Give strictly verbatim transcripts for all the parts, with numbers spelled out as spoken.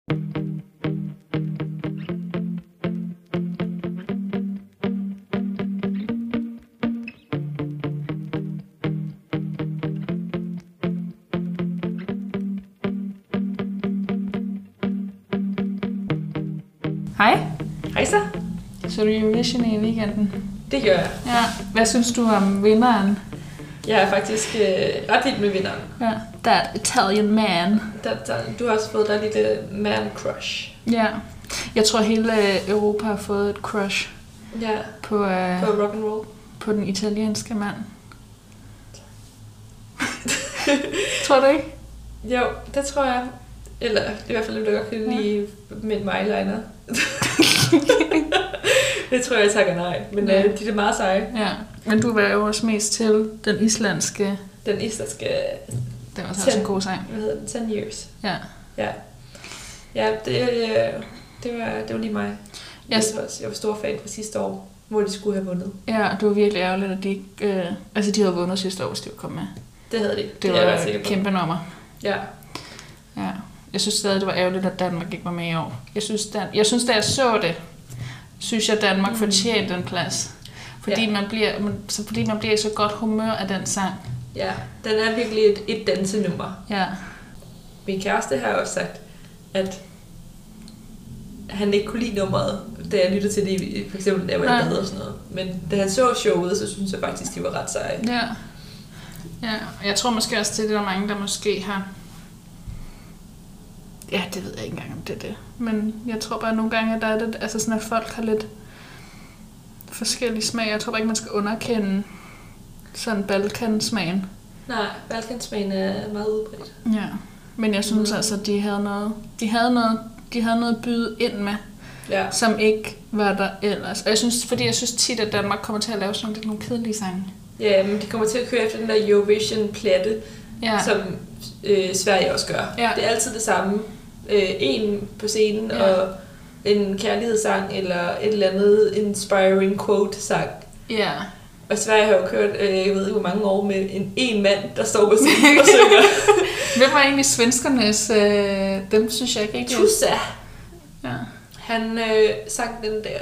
Hej. Hej så. Så du Eurovision i weekenden? Det gør jeg. Ja. Hvad synes du om vinderen? Jeg er faktisk øh, ret vild med vinderen. Ja. That Italian man. Der, der, du har også fået dig lidt uh, man crush. Ja. Jeg tror hele Europa har fået et crush Ja. på, uh, på rock and roll. På den italienske mand. Tror du ikke? Jo, det tror jeg. Eller det er i hvert fald, at du godt kan lide med en eyeliner. Det tror jeg, jeg takker nej. Men ja. øh, de er meget seje. Ja, men du var jo også mest til den islandske... Den islandske... Det var så også en god sang. Hvad hedder den? ten years. Ja. Ja, ja det, øh, det, var, det var lige mig. Jeg, yes. var, jeg var stor fan fra sidste år, hvor de skulle have vundet. Ja, det var virkelig ærgerligt, at de ikke... Øh, altså, de havde vundet sidste år, hvis de var kommet med. Det havde de. Det, det var et kæmpe nummer. Ja. Ja. Jeg synes stadig, det var ærgerligt, at Danmark ikke var med i år. Jeg synes, da, jeg, synes, da jeg så det, synes jeg, at Danmark mm. fortjente en plads. Fordi, ja. man bliver, man, så fordi man bliver i så godt humør af den sang. Ja, den er virkelig et, et dansenummer. Ja. Min kæreste har også sagt, at han ikke kunne lide nummeret, da jeg lyttede til det, for eksempel da jeg var i bad og sådan noget. Men da han så showet, så synes jeg faktisk, de var ret seje. Ja. Ja, jeg tror måske også til, at der er mange, der måske har... Ja, det ved jeg ikke engang, om det er det. Men jeg tror bare nogle gange, at der er det, altså sådan, at folk har lidt forskellige smag. Jeg tror bare ikke, man skal underkende sådan Balkansmagen. Nej, Balkansmagen er meget udbredt. Ja, men jeg synes mm. altså, at de havde noget, de havde noget, de havde noget at byde ind med, ja. Som ikke var der ellers. Og jeg synes, fordi jeg synes tit, at Danmark kommer til at lave sådan lidt nogle kedelige sange. Ja, men de kommer til at køre efter den der Eurovision-platte, ja. Som øh, Sverige også gør. Ja. Det er altid det samme. Øh, en på scenen, ja. Og en kærlighedssang, eller et eller andet inspiring quote-sang. Ja. Og Sverige har jo kørt, øh, jeg ved ikke hvor mange år, med en, en mand, der står på scenen og synger. Hvem var egentlig svenskernes? Øh, dem synes jeg ikke rigtig. Tussa. Ja. Han øh, sang den der...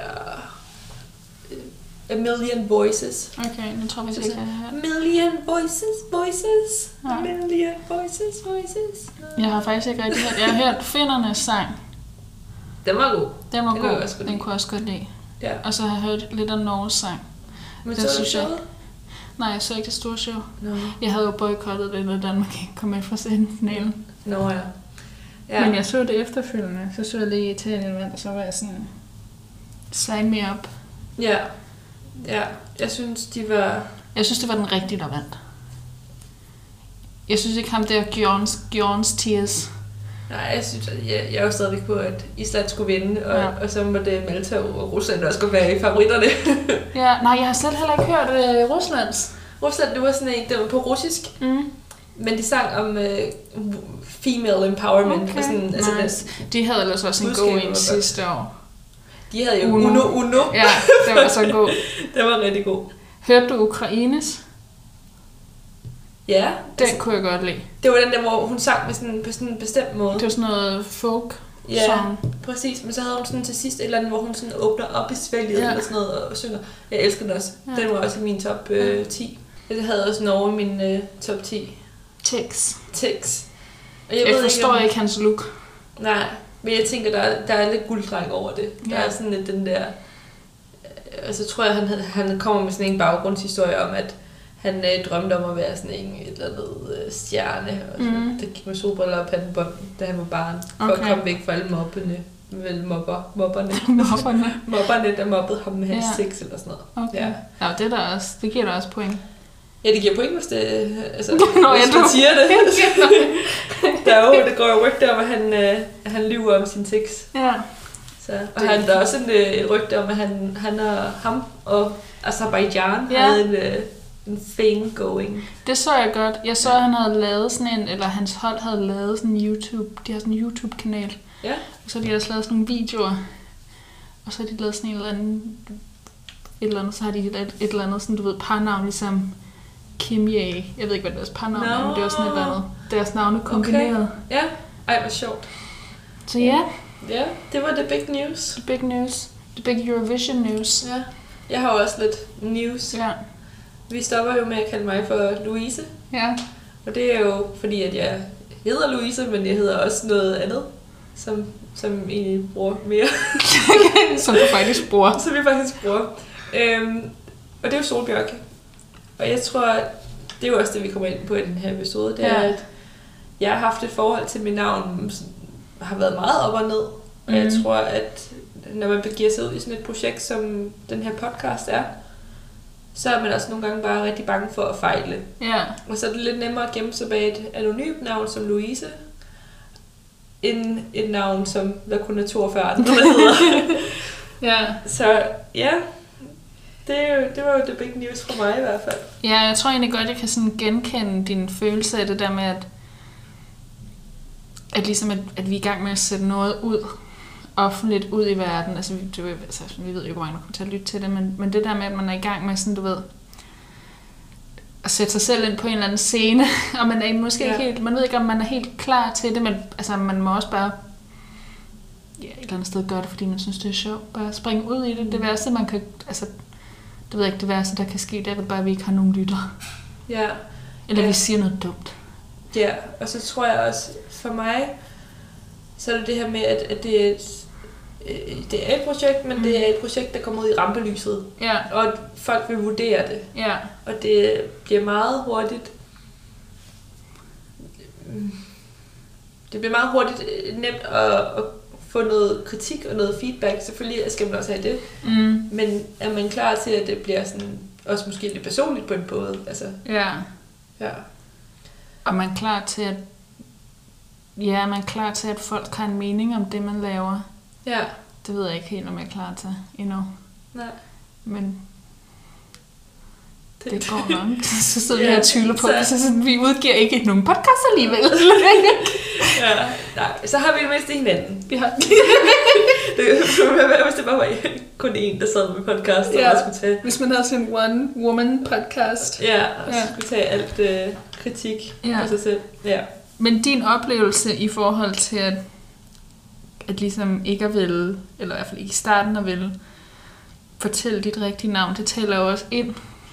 A Million Voices. Okay, nu tror vi, det skal have. Million Voices, Voices. Ja. A Million Voices, Voices. Jeg har faktisk ikke rigtig hørt. Jeg har hørt finnernes sang. Den var god. Den var den god. Også den kunne jeg også godt lide. Ja. Og så har jeg hørt lidt af Norges sang. Men så synes jeg... Nej, jeg så ikke det store show. No. Jeg havde jo boykottet det, når Danmark ikke kom med fra semifinalen. Nå ja. Ja. Men jeg så det efterfølgende. Så så jeg lige Italien vandt, og så var jeg sådan... Sign me up. Ja. Ja, jeg synes, de var... Jeg synes, det var den rigtige, der vandt. Jeg synes ikke ham der, Gjorns, Gjorns Tears. Nej, jeg synes, jeg, jeg er jo stadigvæk på, at Island skulle vinde, og, ja. Og så må det Malta og Rusland også skulle være i favoritterne. Ja, nej, jeg har selv heller ikke hørt uh, Ruslands. Rusland, det var sådan en, det var på russisk. Mm. Men de sang om uh, female empowerment. Okay, sådan, altså, nice. De havde ellers også en god en sidste år. De havde jo Uno Uno. Uno. Ja, det var så god. Det var rigtig god. Hørte du Ukraines? Ja. Den altså, kunne jeg godt lide. Det var den der, hvor hun sang med sådan, på sådan en bestemt måde. Det var sådan noget folk. Ja, song. Præcis. Men så havde hun sådan til sidst et eller andet, hvor hun sådan åbner op i svælget, ja. Eller sådan noget og synger. Jeg elsker den også. Ja. Den var også i min top øh, ti. Jeg havde også Norge i min øh, top ti. Tex. Tex. Og jeg, jeg ved forstår ikke, om... ikke hans look. Nej. Men jeg tænker, der er, der er lidt gulddreng over det. Der ja. Er sådan lidt den der... Og så tror jeg, han, han kommer med sådan en baggrundshistorie om, at han øh, drømte om at være sådan en et eller andet øh, stjerne. Og så, mm. det gik med solbriller og pandebånd, da han var barn. For okay. At komme væk fra alle mobbene. Vel, mobber, mobberne. mobberne. mobberne, der mobbede ham med hans ja. Sex eller sådan noget. Okay. Ja. Ja, det, der også, det giver da også point. Ja, det giver point, hvis det... Altså, Nå, hvis ja, man siger det. Der er jo, det går jo rygte om, at han, øh, han lyver om sin sex. Ja. Så, og det... han, der er også en, et rygte om, at han, han og ham og Azerbaijan ja. Havde en, en thing going. Det så jeg godt. Jeg så, at han havde lavet sådan en, eller hans hold havde lavet sådan en YouTube, de har sådan en YouTube-kanal. Ja. Og så har de også lavet sådan nogle videoer. Og så har de lavet sådan en eller anden, et eller andet, så har de et, et eller andet sådan, du ved, parnavn, ligesom Kim Ye. Jeg ved ikke, hvad deres parnavn no. er, men det var sådan et eller andet. Deres navne kombineret. Okay. Ja, ej, hvor sjovt. Så ja. Ja, det var the big news. The big news. The big Eurovision news. Ja. Jeg har også lidt news. Ja. Vi stopper jo med at kalde mig for Louise. Ja. Og det er jo fordi, at jeg hedder Louise, men jeg hedder også noget andet, som, som egentlig bruger mere. Som du faktisk bruger. Som jeg faktisk bruger. Øhm, og det er jo Solbjørk. Og jeg tror, det er jo også det, vi kommer ind på i den her episode. Det er, ja. at jeg har haft et forhold til mit navn, som har været meget op og ned. Og mm. jeg tror, at når man begiver sig ud i sådan et projekt, som den her podcast er, så er man også nogle gange bare rigtig bange for at fejle. Ja. Og så er det lidt nemmere at gemme sig bag et anonymt navn som Louise, end et navn, som der kun er toogfyrre andre, der hedder. Ja. Så ja, det, er jo, det var jo the big news for mig i hvert fald. Ja, jeg tror egentlig godt, jeg kan sådan genkende din følelse af det der med, at, at, ligesom at, at vi er i gang med at sætte noget ud, offentligt ud i verden. Altså, vi, det, altså, vi ved jo, hvor mange der kommer til at lytte til det, men, men det der med, at man er i gang med sådan, du ved, at sætte sig selv ind på en eller anden scene, og man er måske ja. ikke helt, man ved ikke, om man er helt klar til det, men altså, man må også bare ja, et eller andet sted gøre det, fordi man synes, det er sjovt. Bare springe ud i det. Det værste, man kan, altså, det ved jeg ikke, det værste, der kan ske, det er vel bare, at vi ikke har nogen lytter. Ja. Eller ja. vi siger noget dumt. Ja, og så tror jeg også, for mig, så er det det her med, at, at det, er et, det er et projekt, men mm. det er et projekt, der kommer ud i rampelyset. Ja. Og folk vil vurdere det. Ja. Og det bliver meget hurtigt... Det bliver meget hurtigt nemt at, at få noget kritik og noget feedback. Selvfølgelig skal man også have det. Mm. Men er man klar til, at det bliver sådan, også måske lidt personligt på en måde? Altså, ja. Ja. Og man er klar til, at ja, man er klar til, at folk har en mening om det, man laver. Ja. Det ved jeg ikke helt, om jeg er klar til endnu. Nej. Men det, det går nok. Så sidder vi ja, her og tvivler på, så... så, så vi udgiver ikke nogen podcast alligevel. ja, nej. Så har vi det mindste hinanden. Vi har det kunne være, hvis det bare var kun én, der sad med podcast, og ja, skulle tage... hvis man havde sådan en one-woman podcast. Ja, og ja. skulle tage alt øh, kritik ja. af sig selv. Ja. Men din oplevelse i forhold til at, at ligesom ikke at ville, eller i hvert fald ikke i starten at ville, fortælle dit rigtige navn, det taler jo også ind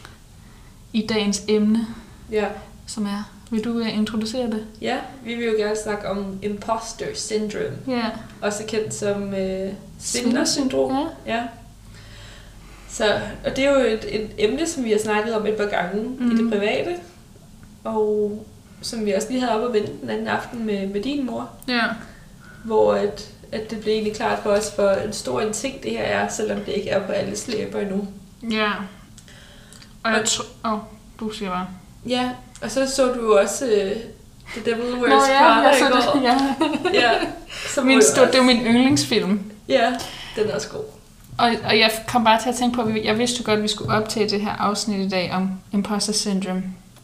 i dagens emne, ja. som er, vil du introducere det? Ja, vi vil jo gerne snakke om imposter syndrome, ja. også kendt som øh, svindlersyndrom. Ja. Ja. Så, og det er jo et, et emne, som vi har snakket om et par gange mm. i det private, og som vi også lige havde op at vende den anden aften med, med din mor, ja. hvor at, at det blev egentlig klart for os, hvor en stor en ting det her er, selvom det ikke er på alles læber endnu. Ja. Og jeg tror... Åh, oh, du siger bare. Ja, og så så du jo også uh, The Devil Wears Nå, ja, Prada i går. Det, ja. ja, min stor, også... Det var min yndlingsfilm. Ja, den er også god. Og, og jeg kom bare til at tænke på, at jeg vidste jo godt, at vi skulle optage det her afsnit i dag om imposter syndrome.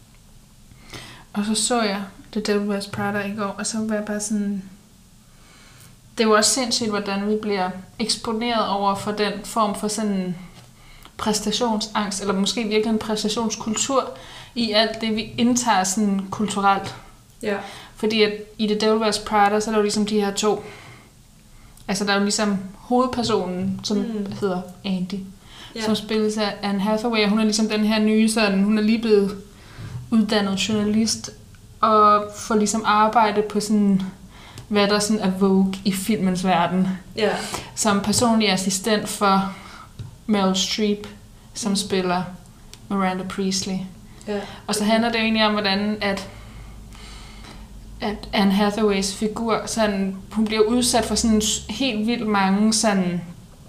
Og så så jeg The Devil Wears Prada i går, og så var jeg bare sådan... Det er jo også sindssygt, hvordan vi bliver eksponeret over for den form for sådan præstationsangst, eller måske virkelig en præstationskultur i alt det, vi indtager sådan kulturelt. Ja. Fordi at i The Devil Wears Prada, så er der jo ligesom de her to... Altså der er jo ligesom hovedpersonen, som mm. hedder Andy, yeah. som spilles af Anne Hathaway, og hun er ligesom den her nye sådan, hun er lige blevet uddannet journalist, og får ligesom arbejde på sådan, hvad der sådan er vogue i filmens verden. Yeah. Som personlig assistent for Meryl Streep, som spiller Miranda Priestly. Yeah. Og så handler det jo egentlig om, hvordan at at Anne Hathaways figur, sådan, hun bliver udsat for sådan helt vildt mange sådan,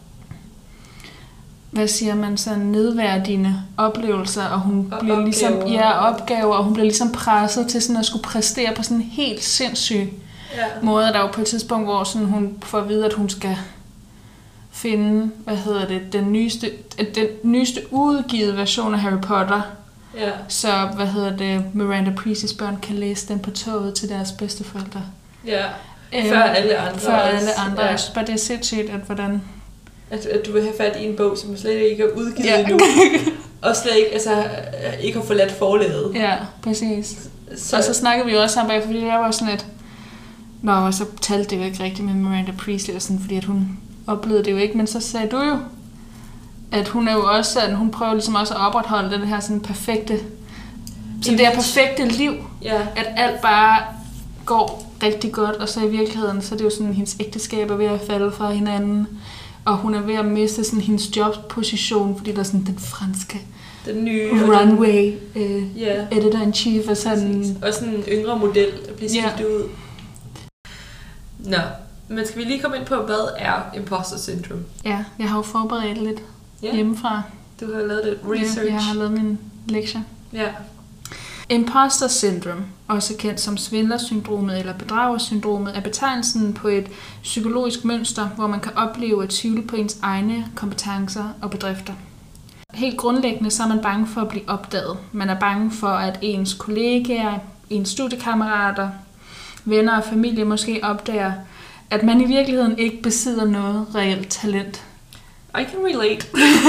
hvad siger man, sådan nedværdigende oplevelser, og hun og bliver opgaver. ligesom, ja, opgaver, og hun bliver ligesom presset til sådan at skulle præstere på sådan en helt sindssyg ja. måde. Der er jo på et tidspunkt, hvor sådan, hun får at vide, at hun skal finde, hvad hedder det, den nyeste, den nyeste udgivet version af Harry Potter. Ja. Så, hvad hedder det, Miranda Priestley's børn kan læse den på toget til deres bedsteforældre. Ja, æm, før alle andre. Før alle andre. Ja. Jeg synes bare, det er sindssygt, at hvordan... At, at du vil have fat i en bog, som slet ikke er udgivet ja. endnu. Og slet ikke, altså, ikke har forladt forlaget. Ja, præcis. Så. Og så snakkede vi jo også sammen, fordi jeg var sådan lidt... Nå, og så talte det jo ikke rigtigt med Miranda Priestly, og sådan, fordi at hun oplevede det jo ikke, men så sagde du jo, at hun er jo også sådan, hun prøver ligesom også at opretholde den her sådan perfekte, sådan det her perfekte liv, ja. At alt bare går rigtig godt, og så i virkeligheden, så er det jo sådan, hendes ægteskab er ved at falde fra hinanden, og hun er ved at miste sådan hendes jobposition, fordi der er sådan den franske den nye runway uh, yeah. editor-in-chief og sådan... Og sådan en yngre model, der bliver skilt yeah. ud. Nå, men skal vi lige komme ind på, hvad er imposter syndrome? Ja, jeg har jo forberedt lidt yeah. hjemmefra. Du har lavet lidt research. Ja, jeg har lavet min lektie. Ja. Imposter syndrome, også kendt som svindlersyndromet eller bedragersyndromet, er betegnelsen på et psykologisk mønster, hvor man kan opleve at tvivle på ens egne kompetencer og bedrifter. Helt grundlæggende så er man bange for at blive opdaget. Man er bange for, at ens kollegaer, ens studiekammerater, venner og familie måske opdager, at man i virkeligheden ikke besidder noget reelt talent. I can relate.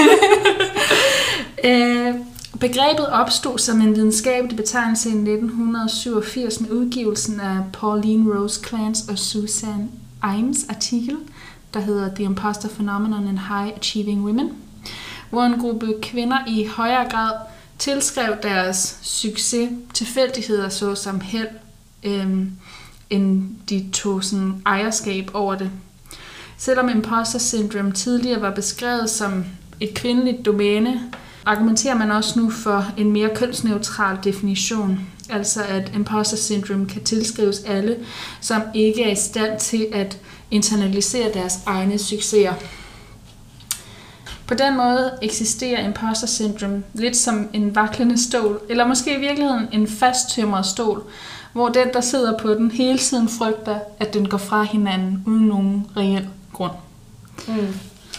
øh, begrebet opstod som en videnskabelig betegnelse i nitten syvogfirs med udgivelsen af Pauline Rose Clance og Suzanne Imes artikel, der hedder The Imposter Phenomenon in High Achieving Women, hvor en gruppe kvinder i højere grad tilskrev deres succes tilfældigheder såsom held, øhm, end de tog sådan ejerskab over det. Selvom imposter syndrome tidligere var beskrevet som et kvindeligt domæne, argumenterer man også nu for en mere kønsneutral definition, altså at imposter syndrome kan tilskrives alle, som ikke er i stand til at internalisere deres egne succeser. På den måde eksisterer imposter syndrome lidt som en vaklende stol, eller måske i virkeligheden en fasttømret stol, hvor den, der sidder på den, hele tiden frygter, at den går fra hinanden uden nogen reel grund. Mm.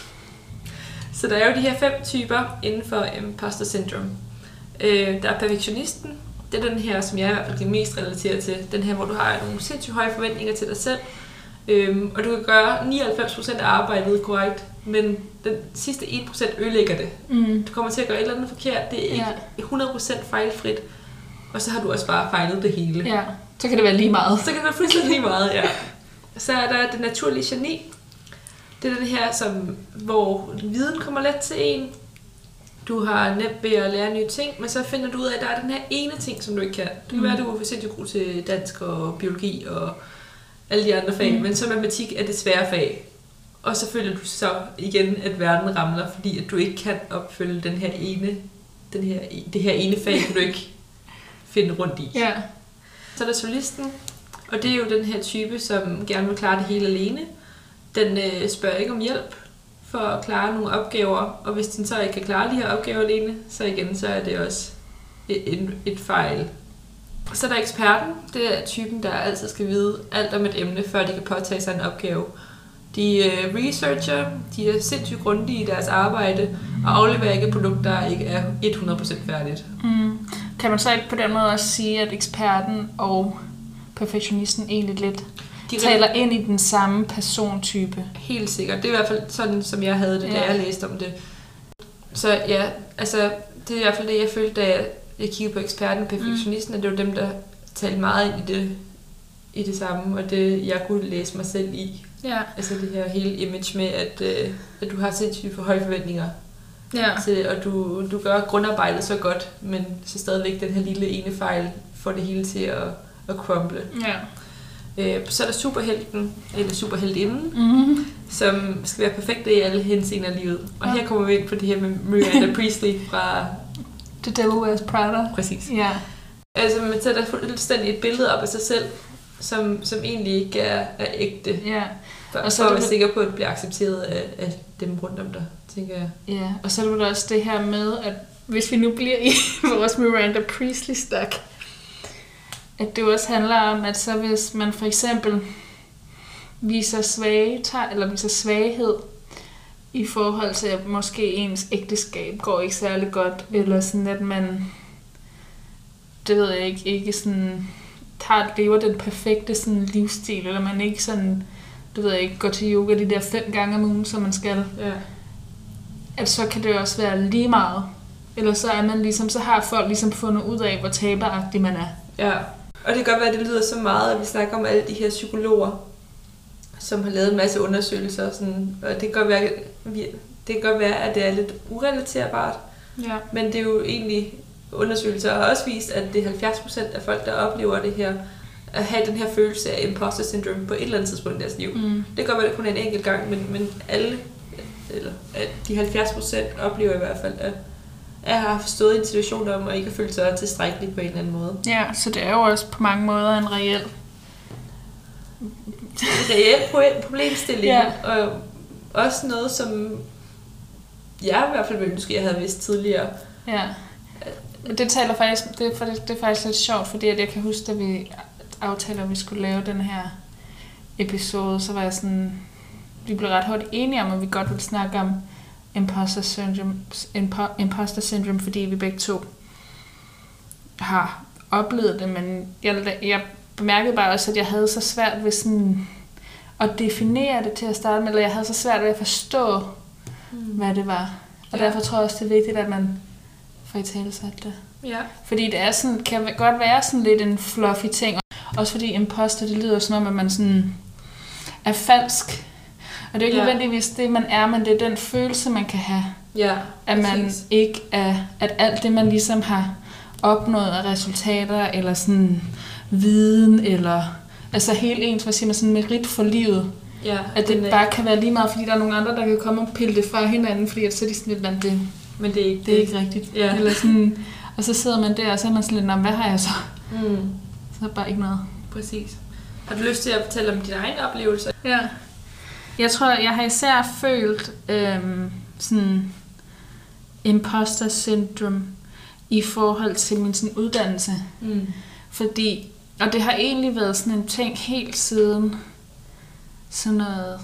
Så der er jo de her fem typer inden for imposter syndrome. Øh, der er perfektionisten. Det er den her, som jeg i hvert fald kan mest relatere til. Den her, hvor du har nogle sindssygt høje forventninger til dig selv. Øhm, og du kan gøre nioghalvfems procent af arbejdet korrekt, men den sidste en procent ødelægger det. Mm. Du kommer til at gøre et eller andet forkert. Det er ikke ja. hundrede procent fejlfrit. Og så har du også bare fejlet det hele. Ja, så kan det være lige meget. Så kan det være fuldstændig lige meget, ja. Så er der det naturlige geni. Det er det her, som, hvor viden kommer let til en. Du har nemt ved at lære nye ting, men så finder du ud af, at der er den her ene ting, som du ikke kan. Det kan mm. være, at du er for sindssygt god til dansk og biologi og alle de andre fag, mm. men så matematik er det svære fag. Og så føler du så igen, at verden ramler, fordi at du ikke kan opfylde den her ene, den her, det her ene fag, kan du ikke finde rundt i. Ja. Så er der solisten, og det er jo den her type, som gerne vil klare det hele alene. Den øh, spørger ikke om hjælp for at klare nogle opgaver, og hvis den så ikke kan klare de her opgaver alene, så igen, så er det også et, et, et fejl. Så er der eksperten. Det er typen, der altid skal vide alt om et emne, før de kan påtage sig en opgave. De øh, researcher, de er sindssygt grundige i deres arbejde, og afleverer ikke et produkt, der ikke er hundrede procent færdigt. Mm. Kan man så ikke på den måde også sige, at eksperten og perfektionisten egentlig lidt de taler ind i den samme persontype? Helt sikkert. Det er i hvert fald sådan, som jeg havde det, da ja. jeg læste om det. Så ja, altså, det er i hvert fald det, jeg følte, da jeg, jeg kiggede på eksperten og perfektionisten, mm. at det var dem, der talte meget ind i det, i det samme, og det, jeg kunne læse mig selv i. Ja. Altså det her hele image med, at, øh, at du har sindssygt for høje forventninger. Ja. Til, og du, du gør grundarbejdet så godt, men så stadigvæk den her lille ene fejl får det hele til at, at crumble. Ja. Øh, så er der superhelten, eller superheltinden, mm-hmm. som skal være perfekte i alle henseender af livet. Og ja. Her kommer vi ind på det her med Miranda Priestly fra The Devil Wears Prada. Præcis. Ja. Altså man sætter fuldstændig et billede op af sig selv, som, som egentlig ikke er, er ægte. Ja. For, og så for at være sikker på, at det bliver accepteret af, af dem rundt om dig, tænker jeg. Ja, og så er det også det her med, at hvis vi nu bliver i vores Miranda Priestly-stak, at det også handler om, at så hvis man for eksempel viser svage, eller viser svaghed i forhold til, at måske ens ægteskab går ikke særlig godt, mm. eller sådan, at man, det ved jeg ikke, ikke sådan, tager, lever den perfekte sådan, livsstil, eller man ikke sådan, du ved jeg ikke, går til yoga de der fem gange om ugen, som man skal. Ja. At så kan det også være lige meget. Eller så er man ligesom, så har folk ligesom fundet ud af, hvor taberagtig man er. Ja. Og det kan godt være, at det lyder så meget, at vi snakker om alle de her psykologer, som har lavet en masse undersøgelser. Og, sådan, og det kan godt være, det kan godt være, at det er lidt urelaterbart. Ja. Men det er jo egentlig, undersøgelser har også vist, at det er halvfjerds procent af folk, der oplever det her, at have den her følelse af imposter syndrome på et eller andet tidspunkt i deres liv. Mm. Det kan godt være, at det kun er en enkelt gang, men, men alle, eller at de halvfjerds procent oplever i hvert fald, at jeg har forstået en situation om, at ikke har følt sig tilstrækkeligt på en eller anden måde. Ja, så det er jo også på mange måder en reel... en reel problemstilling, ja. Og også noget, som jeg i hvert fald ville ønske, jeg havde vidst tidligere. Ja, det taler faktisk, det er, det er faktisk lidt sjovt, fordi at jeg kan huske, da vi aftaler, at vi skulle lave den her episode, så var jeg sådan, vi blev ret hurtigt enige om, at vi godt ville snakke om imposter syndrome, imposter syndrome, fordi vi begge to har oplevet det, men jeg, jeg bemærkede bare også, at jeg havde så svært ved sådan at definere det til at starte med, eller jeg havde så svært ved at forstå, mm. hvad det var. Og ja. Derfor tror jeg også, det er vigtigt, at man får i talesat det. Ja. Fordi det er sådan, kan godt være sådan lidt en fluffy ting. Også fordi imposter, det lyder som om, at man sådan er falsk. Og det er ikke ja. nødvendigvis det, man er, men det er den følelse, man kan have. Ja, at man præcis. Ikke er, at alt det, man ligesom har opnået af resultater, eller sådan viden, eller altså helt ens, hvad siger man, sådan merit for livet. Ja, at det bare kan være lige meget, fordi der er nogle andre, der kan komme og pille det fra hinanden, fordi at så er de sådan lidt, men det, men det er ikke, det er ikke rigtigt. Ja. Eller sådan, og så sidder man der, og så er man sådan lidt, hvad har jeg så? Mm. Så er bare ikke noget. Præcis. Har du lyst til at fortælle om dine egne oplevelser? Ja. Jeg tror, jeg har især følt øhm, sådan imposter syndrome i forhold til min sådan uddannelse. Mm. Fordi, og det har egentlig været sådan en ting helt siden sådan noget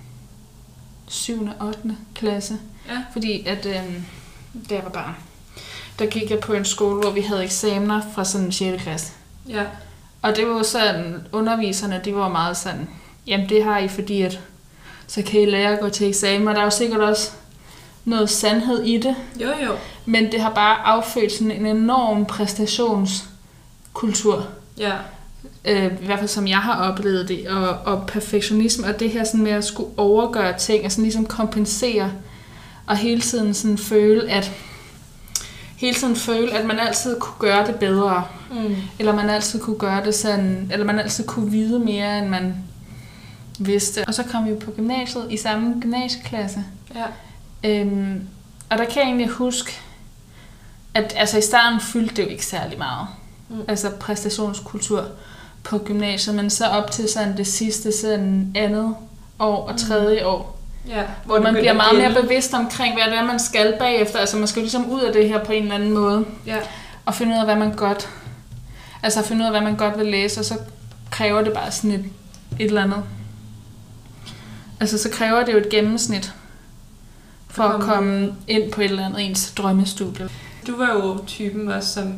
syvende og ottende klasse. Ja. Fordi at øhm, da jeg var barn, der gik jeg på en skole, hvor vi havde eksamener fra sådan sjette klasse. Ja. Og det var sådan, underviserne, de var meget sådan, jamen det har I, fordi at så kan I lære at gå til eksamen, og der er jo sikkert også noget sandhed i det. Jo, jo. Men det har bare affødt sådan en enorm præstationskultur. Ja. Øh, I hvert fald som jeg har oplevet det, og, og perfektionisme, og det her sådan med at skulle overgøre ting, og sådan ligesom kompensere, og hele tiden sådan føle, at hele tiden føle, at man altid kunne gøre det bedre. Mm. Eller man altid kunne gøre det sådan, eller man altid kunne vide mere, end man vidste. Og så kom vi på gymnasiet i samme gymnasieklasse. Ja. Øhm, og der kan jeg egentlig huske, at altså i starten fyldte det jo ikke særlig meget. Mm. Altså præstationskultur på gymnasiet, men så op til sådan det sidste sådan andet år og tredje mm. år. Ja, hvor man bliver meget mere bevidst omkring, hvad det er, man skal bagefter. Altså man skal ligesom ud af det her på en eller anden måde. Ja. Og finde ud af, hvad man godt, altså finde ud af, hvad man godt vil læse, og så kræver det bare sådan et, et eller andet. Altså så kræver det jo et gennemsnit for at komme ind på et eller andet ens drømmestudie. Du var jo typen også, som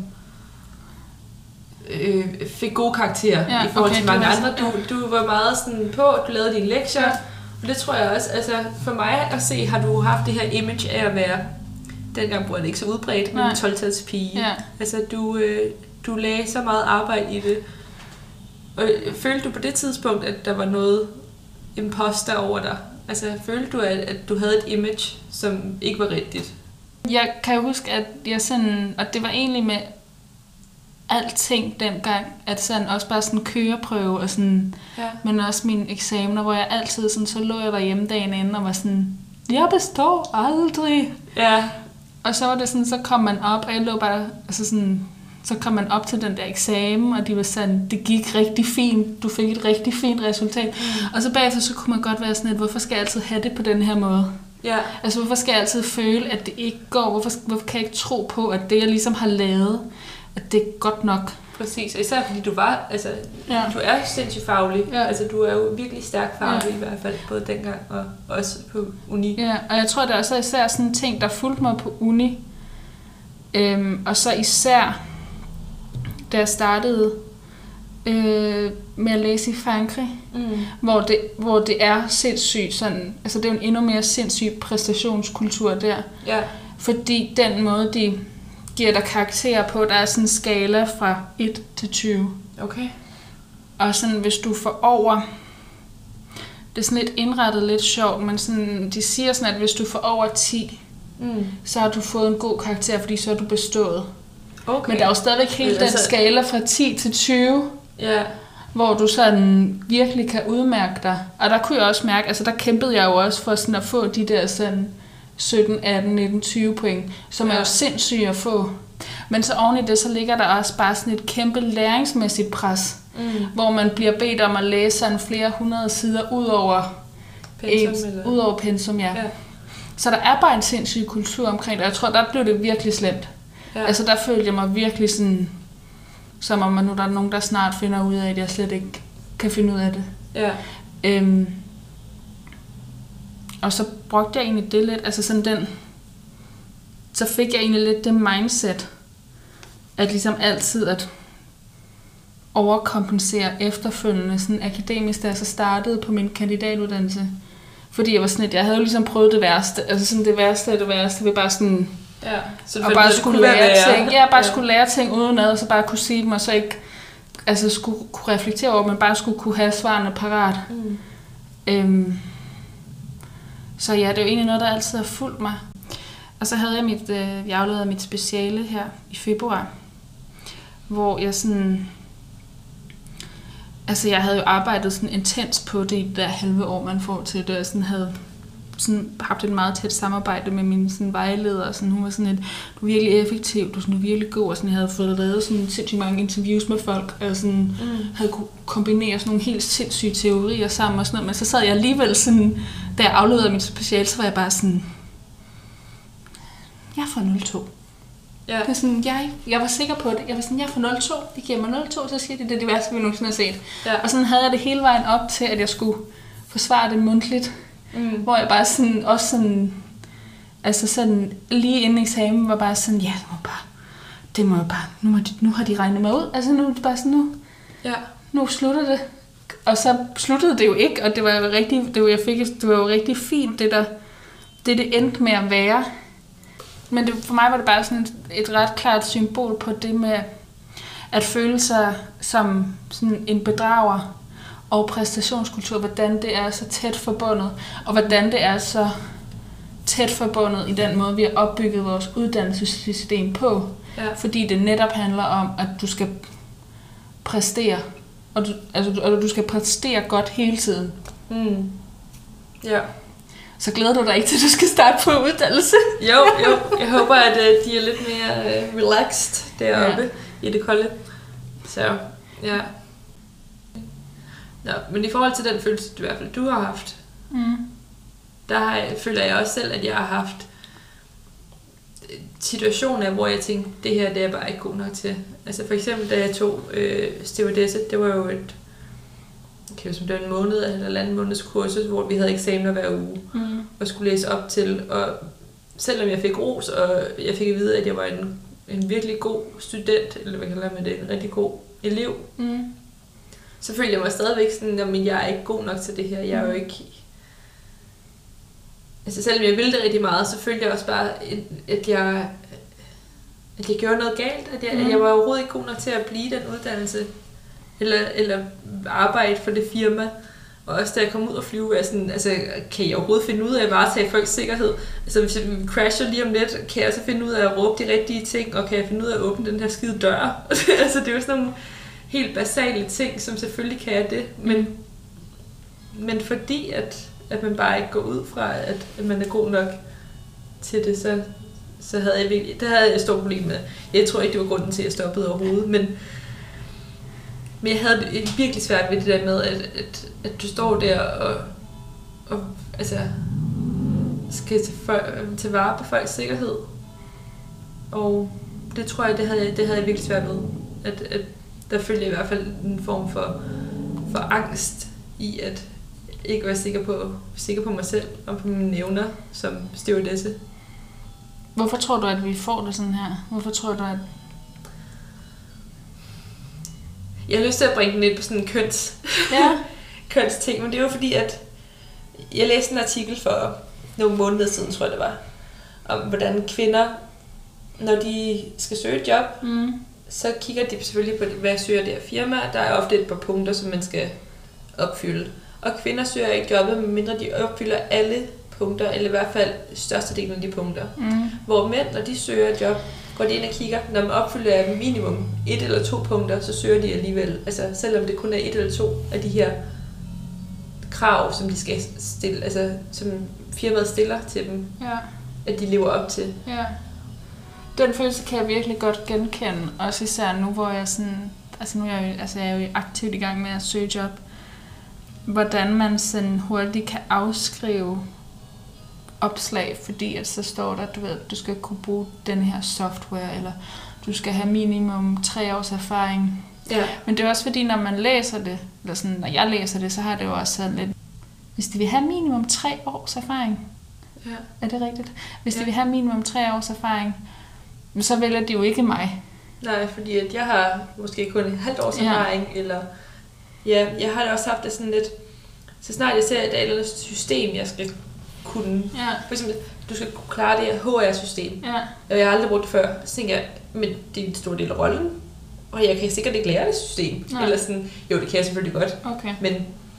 øh, fik gode karakterer ja, i forhold okay, til mange andre. Du, du var meget sådan på, du lavede dine lektier. Ja. Og det tror jeg også, altså for mig at se, har du haft det her image af at være, dengang var det ikke så udbredt, men en tolv-tals pige. Ja. Altså du, øh, du lagde så meget arbejde i det. Og følte du på det tidspunkt, at der var noget imposter over dig? Altså følte du, at, at du havde et image, som ikke var rigtigt? Jeg kan huske, at jeg sådan, og det var egentlig med alting dengang, at sådan også bare sådan køreprøve og sådan, ja. Men også mine eksamener, hvor jeg altid sådan, så lå jeg derhjemme dagen inden og var sådan, jeg består aldrig. Ja. Og så var det sådan, så kom man op, og jeg lå bare, altså sådan, så kom man op til den der eksamen, og de var sådan, det gik rigtig fint, du fik et rigtig fint resultat. Mm. Og så bagefter, så kunne man godt være sådan, at hvorfor skal jeg altid have det på den her måde? Ja. Altså hvorfor skal jeg altid føle, at det ikke går? Hvorfor, hvorfor kan jeg ikke tro på, at det jeg ligesom har lavet, at det er godt nok? Præcis, og især fordi du var, altså, ja. Du er sindssygt faglig. Ja. Altså du er jo virkelig stærk faglig, ja. I hvert fald, både dengang og også på uni. Ja, og jeg tror, det er også især sådan en ting, der fulgte mig på uni. Øhm, og så især, da jeg startede øh, med at læse i Frankrig, mm. hvor, det, hvor det er sindssygt sådan, altså det er jo en endnu mere sindssyg præstationskultur der. Ja. Fordi den måde, de giver dig karakterer på, der er sådan en skala fra et til tyve. Okay. Og sådan, hvis du får over... Det er sådan lidt indrettet, lidt sjovt, men sådan, de siger sådan, at hvis du får over ti, mm. så har du fået en god karakter, fordi så er du bestået. Okay. Men der er jo stadigvæk hele den altså... skala fra ti til tyve, yeah. hvor du sådan virkelig kan udmærke dig. Og der kunne jeg også mærke, altså der kæmpede jeg jo også for sådan at få de der sådan sytten, atten, nitten, tyve point, som yeah. er jo sindssygt at få. Men så oven i det, så ligger der også bare sådan et kæmpe læringsmæssigt pres, mm. hvor man bliver bedt om at læse sådan flere hundrede sider ud over pensum, et, ud over pensum ja. Ja. Så der er bare en sindssyg kultur omkring det, og jeg tror, der blev det virkelig slemt. Ja. Altså der følte jeg mig virkelig sådan, som om nu der er nogen, der snart finder ud af, at jeg slet ikke kan finde ud af det. Ja. Øhm, og så brugte jeg egentlig det lidt, altså sådan den, så fik jeg egentlig lidt det mindset, at ligesom altid at overkompensere efterfølgende sådan akademisk, da jeg så startede på min kandidatuddannelse. Fordi jeg var sådan, at jeg havde jo ligesom prøvet det værste, altså sådan det værste af det værste, ved bare sådan, ja, så og bare skulle lære ting, ja, bare ja. skulle lære ting uden ad, og så bare kunne sige dem, og så ikke, altså skulle kunne reflektere over, men bare skulle kunne have svarene parat. Mm. Øhm, så ja, det er jo egentlig noget, der altid har fulgt mig. Og så havde jeg mit, øh, jeg afleverede mit speciale her i februar, hvor jeg sådan, altså jeg havde jo arbejdet sådan intens på det der halve år, man får til det, og sådan havde sådan haft et meget tæt samarbejde med min sådan vejleder, og sådan, hun var sådan et, du er virkelig effektiv, du er sådan virkelig god, og sådan, jeg havde fået lavet sådan sindssygt mange interviews med folk, og sådan mm. havde kunne kombinere sådan nogle helt sindssyge teorier sammen og sådan noget, men så sad jeg alligevel sådan, da jeg afleverede mit speciale, så var jeg bare sådan, jeg får nul komma to. Ja. Det er sådan, jeg, jeg var sikker på det. Jeg var sådan, jeg får nul komma to. Det giver mig nul komma to, så siger de, det er det værste, vi nogensinde har set. Ja. Og sådan havde jeg det hele vejen op til, at jeg skulle forsvare det mundtligt. Mm. Hvor jeg bare sådan, også sådan, altså sådan, lige inden eksamen var bare sådan, ja, det må bare, det må bare, nu, må de, nu har de regnet mig ud. Altså nu er det bare sådan, nu, ja. nu slutter det. Og så sluttede det jo ikke, og det var jo rigtig, det var, jeg fik, det var jo rigtig fint, det der, det det endte med at være. Men det, for mig var det bare sådan et, et ret klart symbol på det med at føle sig som sådan en bedrager og præstationskultur, hvordan det er så tæt forbundet, og hvordan det er så tæt forbundet i den måde, vi har opbygget vores uddannelsessystem på. Ja. Fordi det netop handler om, at du skal præstere, og du, altså, og du skal præstere godt hele tiden. Mm. Ja. Så glæder du dig ikke til, at du skal starte på uddannelse? Jo, jo. Jeg håber, at uh, de er lidt mere uh, relaxed deroppe ja. i det kolde. Så, ja. Nå, men i forhold til den følelse, du i hvert fald du har haft, mm. der har, føler jeg også selv, at jeg har haft situationer, hvor jeg tænkte, det her det er jeg bare ikke god nok til. Altså for eksempel, da jeg tog øh, stewardesse, det var jo et okay, som det var en måned eller en anden måneds kursus, hvor vi havde eksamener hver uge mm. og skulle læse op til. Og selvom jeg fik ros, og jeg fik at vide, at jeg var en, en virkelig god student, eller hvad kalder man det, en rigtig god elev, mm. så følte jeg mig stadigvæk sådan, at jeg er ikke god nok til det her. Jeg er jo ikke... Altså selvom jeg ville det rigtig meget, så følte jeg også bare, at jeg, at jeg gjorde noget galt. At jeg, mm. at jeg var overhovedet ikke god nok til at blive den uddannelse. Eller, eller arbejde for det firma. Og også da jeg kom ud og flyve, er sådan, altså, kan jeg overhovedet finde ud af at varetage folks sikkerhed? Altså hvis jeg crasher lige om lidt, kan jeg så finde ud af at råbe de rigtige ting, og kan jeg finde ud af at åbne den her skide dør? Altså det er jo sådan nogle helt basale ting, som selvfølgelig kan jeg det. Men, men fordi at, at man bare ikke går ud fra, at, at man er god nok til det, så, så havde jeg virkelig, det havde jeg et stort problem med. Jeg tror ikke, det var grunden til, at jeg stoppede overhovedet, men Men jeg havde det virkelig svært ved det der med, at, at, at du står der og, og altså, skal til, for, til vare på folks sikkerhed. Og det tror jeg, det havde, det havde jeg virkelig svært ved. At, at der følte jeg i hvert fald en form for, for angst i at ikke være sikker på, sikker på mig selv og på mine evner som stewardesse. Hvorfor tror du, at vi får det sådan her? Hvorfor tror du, at jeg har lyst til at bringe den lidt på sådan en køns, ja. kønsting, men det var fordi, at jeg læste en artikel for nogle måneder siden, tror jeg det var, om hvordan kvinder, når de skal søge et job, mm. så kigger de selvfølgelig på, hvad søger det her firma. Der er ofte et par punkter, som man skal opfylde. Og kvinder søger ikke jobbet, medmindre de opfylder alle punkter, eller i hvert fald størstedelen af de punkter. Mm. Hvor mænd, når de søger et job, går de ind og kigger, når man opfylder minimum et eller to punkter, så søger de alligevel. Altså selvom det kun er et eller to af de her krav, som de skal stille, altså som firmaet stiller til dem, ja. At de lever op til. Ja. Den følelse kan jeg virkelig godt genkende, også især nu, hvor jeg sådan, altså nu er jeg jo, altså jeg er jo aktivt i gang med at søge job, hvordan man sådan hurtigt kan afskrive opslag, fordi at så står der, du ved, du skal kunne bruge den her software, eller du skal have minimum tre års erfaring. Ja. Men det er også fordi, når man læser det, eller sådan, når jeg læser det, så har det jo også sådan lidt, hvis de vil have minimum tre års erfaring, ja. Er det rigtigt? Hvis ja. De vil have minimum tre års erfaring, så vælger de jo ikke mig. Nej, fordi at jeg har måske kun et halvt års erfaring, ja. Eller ja, jeg har da også haft det sådan lidt, så snart jeg ser, at der er et eller andet system, jeg skal kunne. Ja. For eksempel, du skal kunne klare det her H R-system. Ja. Og jeg har aldrig brugt det før. Så tænker jeg, men det er en stor del af rollen. Og jeg kan sikkert ikke lære det system. Nej. Eller sådan, jo, det kan jeg selvfølgelig godt. Okay. Men,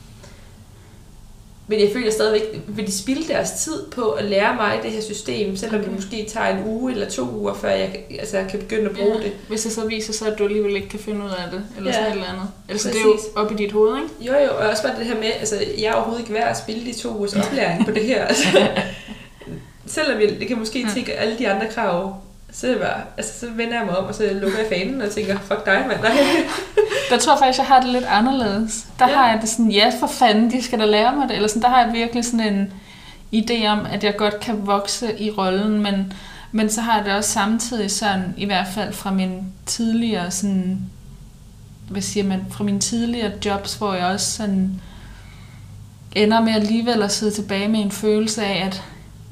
men jeg føler stadigvæk, vil de spilde deres tid på at lære mig det her system, selvom okay. Det måske tager en uge eller to uger, før jeg, altså, jeg kan begynde at bruge ja. Det. Hvis det så viser sig, at du alligevel ikke kan finde ud af det, eller ja. Sådan et eller andet. Altså præcis. Det er jo op i dit hoved, ikke? Jo, jo, og også bare det her med, altså jeg er overhovedet ikke værd at spille de to ugers oplæring på det her. Altså, selvom jeg det kan måske ja. Tænke alle de andre krav, så, er det bare, altså, så vender jeg mig om, og så lukker jeg fanen og tænker, fuck dig, mand. Der tror jeg faktisk, jeg har det lidt anderledes. Der ja. Har jeg det sådan, ja for fanden, de skal da lære mig det. Eller sådan, der har jeg virkelig sådan en idé om, at jeg godt kan vokse i rollen, men, men så har jeg det også samtidig sådan, i hvert fald fra min tidligere sådan, hvad siger man, fra mine tidligere jobs, hvor jeg også sådan ender med alligevel at sidde tilbage med en følelse af, at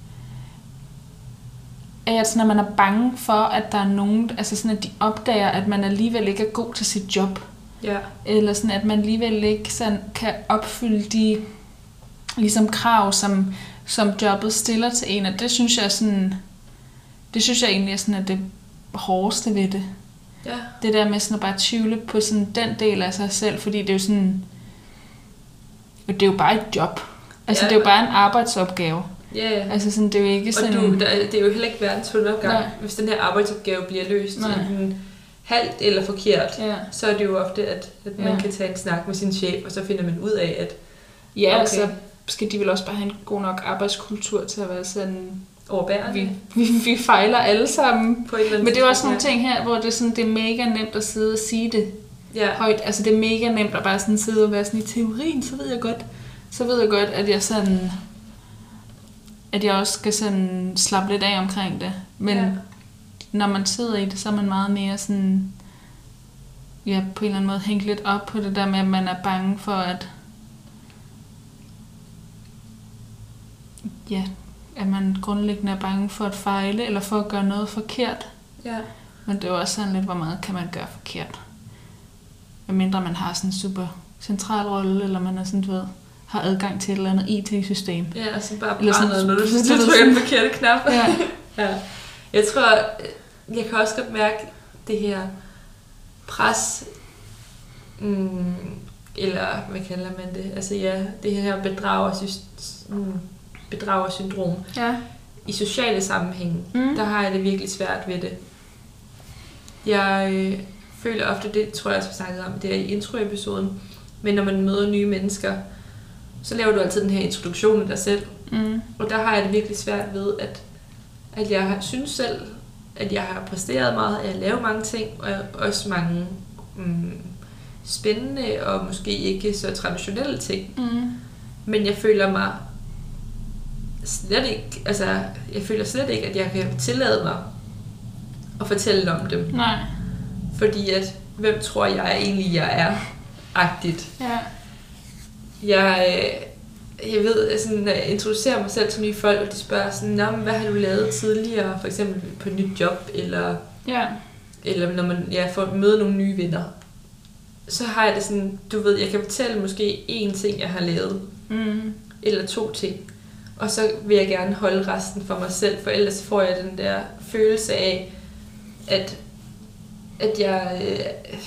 at sådan, at man er bange for, at der er nogen, altså sådan, at de opdager, at man alligevel ikke er god til sit job. Ja. Eller sådan, at man alligevel ikke sådan, kan opfylde de ligesom, krav, som, som jobbet stiller til en. Og det synes jeg sådan, det synes jeg egentlig er sådan, at det hårdeste ved det. Ja. Det der med sådan at bare tvivle på sådan den del af sig selv, fordi det er jo sådan, det er jo bare et job. Altså ja. Det er jo bare en arbejdsopgave. Ja, ja. Altså sådan, det er jo ikke sådan... Og du, der, det er jo heller ikke verdens undergang, hvis den her arbejdsopgave bliver løst enten halvt eller forkert, ja. Så er det jo ofte, at, at man ja. Kan tage en snak med sin chef, og så finder man ud af, at... Ja, okay. Så skal de vel også bare have en god nok arbejdskultur til at være sådan... Overbærende. Vi, vi, vi fejler alle sammen. På Men det er også nogle ting her, hvor det er, sådan, det er mega nemt at sidde og sige det ja. Højt. Altså det er mega nemt at bare sådan sidde og være sådan i teorien, så ved jeg godt, så ved jeg godt, at jeg sådan... at jeg også skal sådan slappe lidt af omkring det. Men ja. Når man sidder i det, så er man meget mere sådan, ja, på en eller anden måde hængt lidt op på det der med, at man er bange for, at ja, at man grundlæggende er bange for at fejle, eller for at gøre noget forkert. Ja. Men det er jo også sådan lidt, hvor meget kan man gøre forkert. Medmindre man har sådan en super central rolle, eller man er sådan, du ved, har adgang til et eller andet I T-system. Ja, altså bare brænder noget, når du, du trykker den forkerte knap. Ja. Ja. Jeg tror, jeg kan også godt mærke det her pres, mm, eller hvad kalder man det? Altså ja, det her bedragersyndrom. bedragersyndrom. Ja. I sociale sammenhænge, mm. der har jeg det virkelig svært ved det. Jeg øh, føler ofte, det tror jeg også har snakket om, det er i introepisoden, men når man møder nye mennesker, så laver du altid den her introduktion af dig selv. Mm. Og der har jeg det virkelig svært ved, at, at jeg synes selv, at jeg har præsteret meget, at jeg laver mange ting, og også mange mm, spændende og måske ikke så traditionelle ting. Mm. Men jeg føler mig slet ikke, altså jeg føler slet ikke, at jeg kan tillade mig at fortælle om dem. Nej. Fordi at, hvem tror jeg egentlig, jeg er? Agtigt. Ja. Jeg, jeg ved, sådan, når jeg introducerer mig selv til nye folk, og de spørger sådan, hvad har du lavet tidligere, for eksempel på et nyt job, eller, ja. Eller når man ja, får møde nogle nye venner, så har jeg det sådan, du ved, jeg kan fortælle måske én ting, jeg har lavet, mm. eller to ting, og så vil jeg gerne holde resten for mig selv, for ellers får jeg den der følelse af, at at jeg, øh,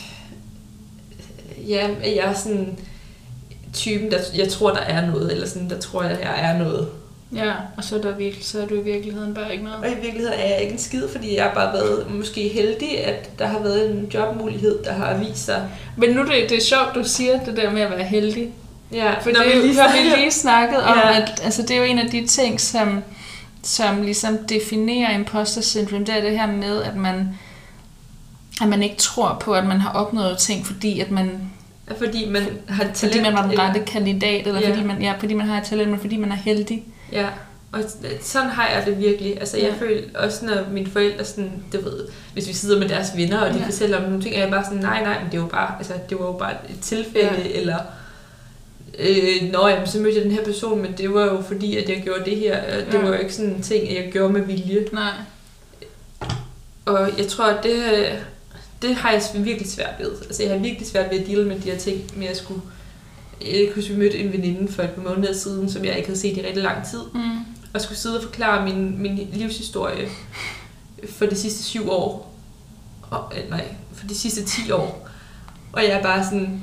ja, at jeg er sådan typen, der jeg tror, der er noget, eller sådan, der tror jeg, jeg er noget. Ja, og så er, der virkelig, så er du i virkeligheden bare ikke noget. Og i virkeligheden er jeg ikke en skid, fordi jeg har bare været måske heldig, at der har været en jobmulighed, der har vist sig. Men nu det, det er sjovt, du siger det der med at være heldig. Ja, for det vi lige har vi lige snakket om, ja. At altså, det er jo en af de ting, som, som ligesom definerer imposter syndrome, det er det her med, at man, at man ikke tror på, at man har opnået ting, fordi at man... Fordi man har talent. Fordi man var den rette kandidat, eller ja. fordi, man, ja, fordi man har et talent, men fordi man er heldig. Ja, og sådan har jeg det virkelig. Altså jeg ja. føler også, når mine forældre sådan, det ved, hvis vi sidder med deres venner, og de ja. fortæller om nogle ting, er jeg bare sådan, nej, nej, men det var bare, altså det var jo bare et tilfælde, ja. eller øh, nå, jamen, så mødte jeg den her person, men det var jo fordi, at jeg gjorde det her. Det ja. var jo ikke sådan en ting, jeg gjorde med vilje. Nej. Og jeg tror, at det, det har jeg virkelig svært ved. Altså jeg har virkelig svært ved at deale med de her ting, med at skulle... Jeg kunne vi mødte en veninde for et par måneder siden, som jeg ikke havde set i rigtig lang tid, mm. og skulle sidde og forklare min, min livshistorie for de sidste syv år. Og, nej, for de sidste ti år. Og jeg er bare sådan,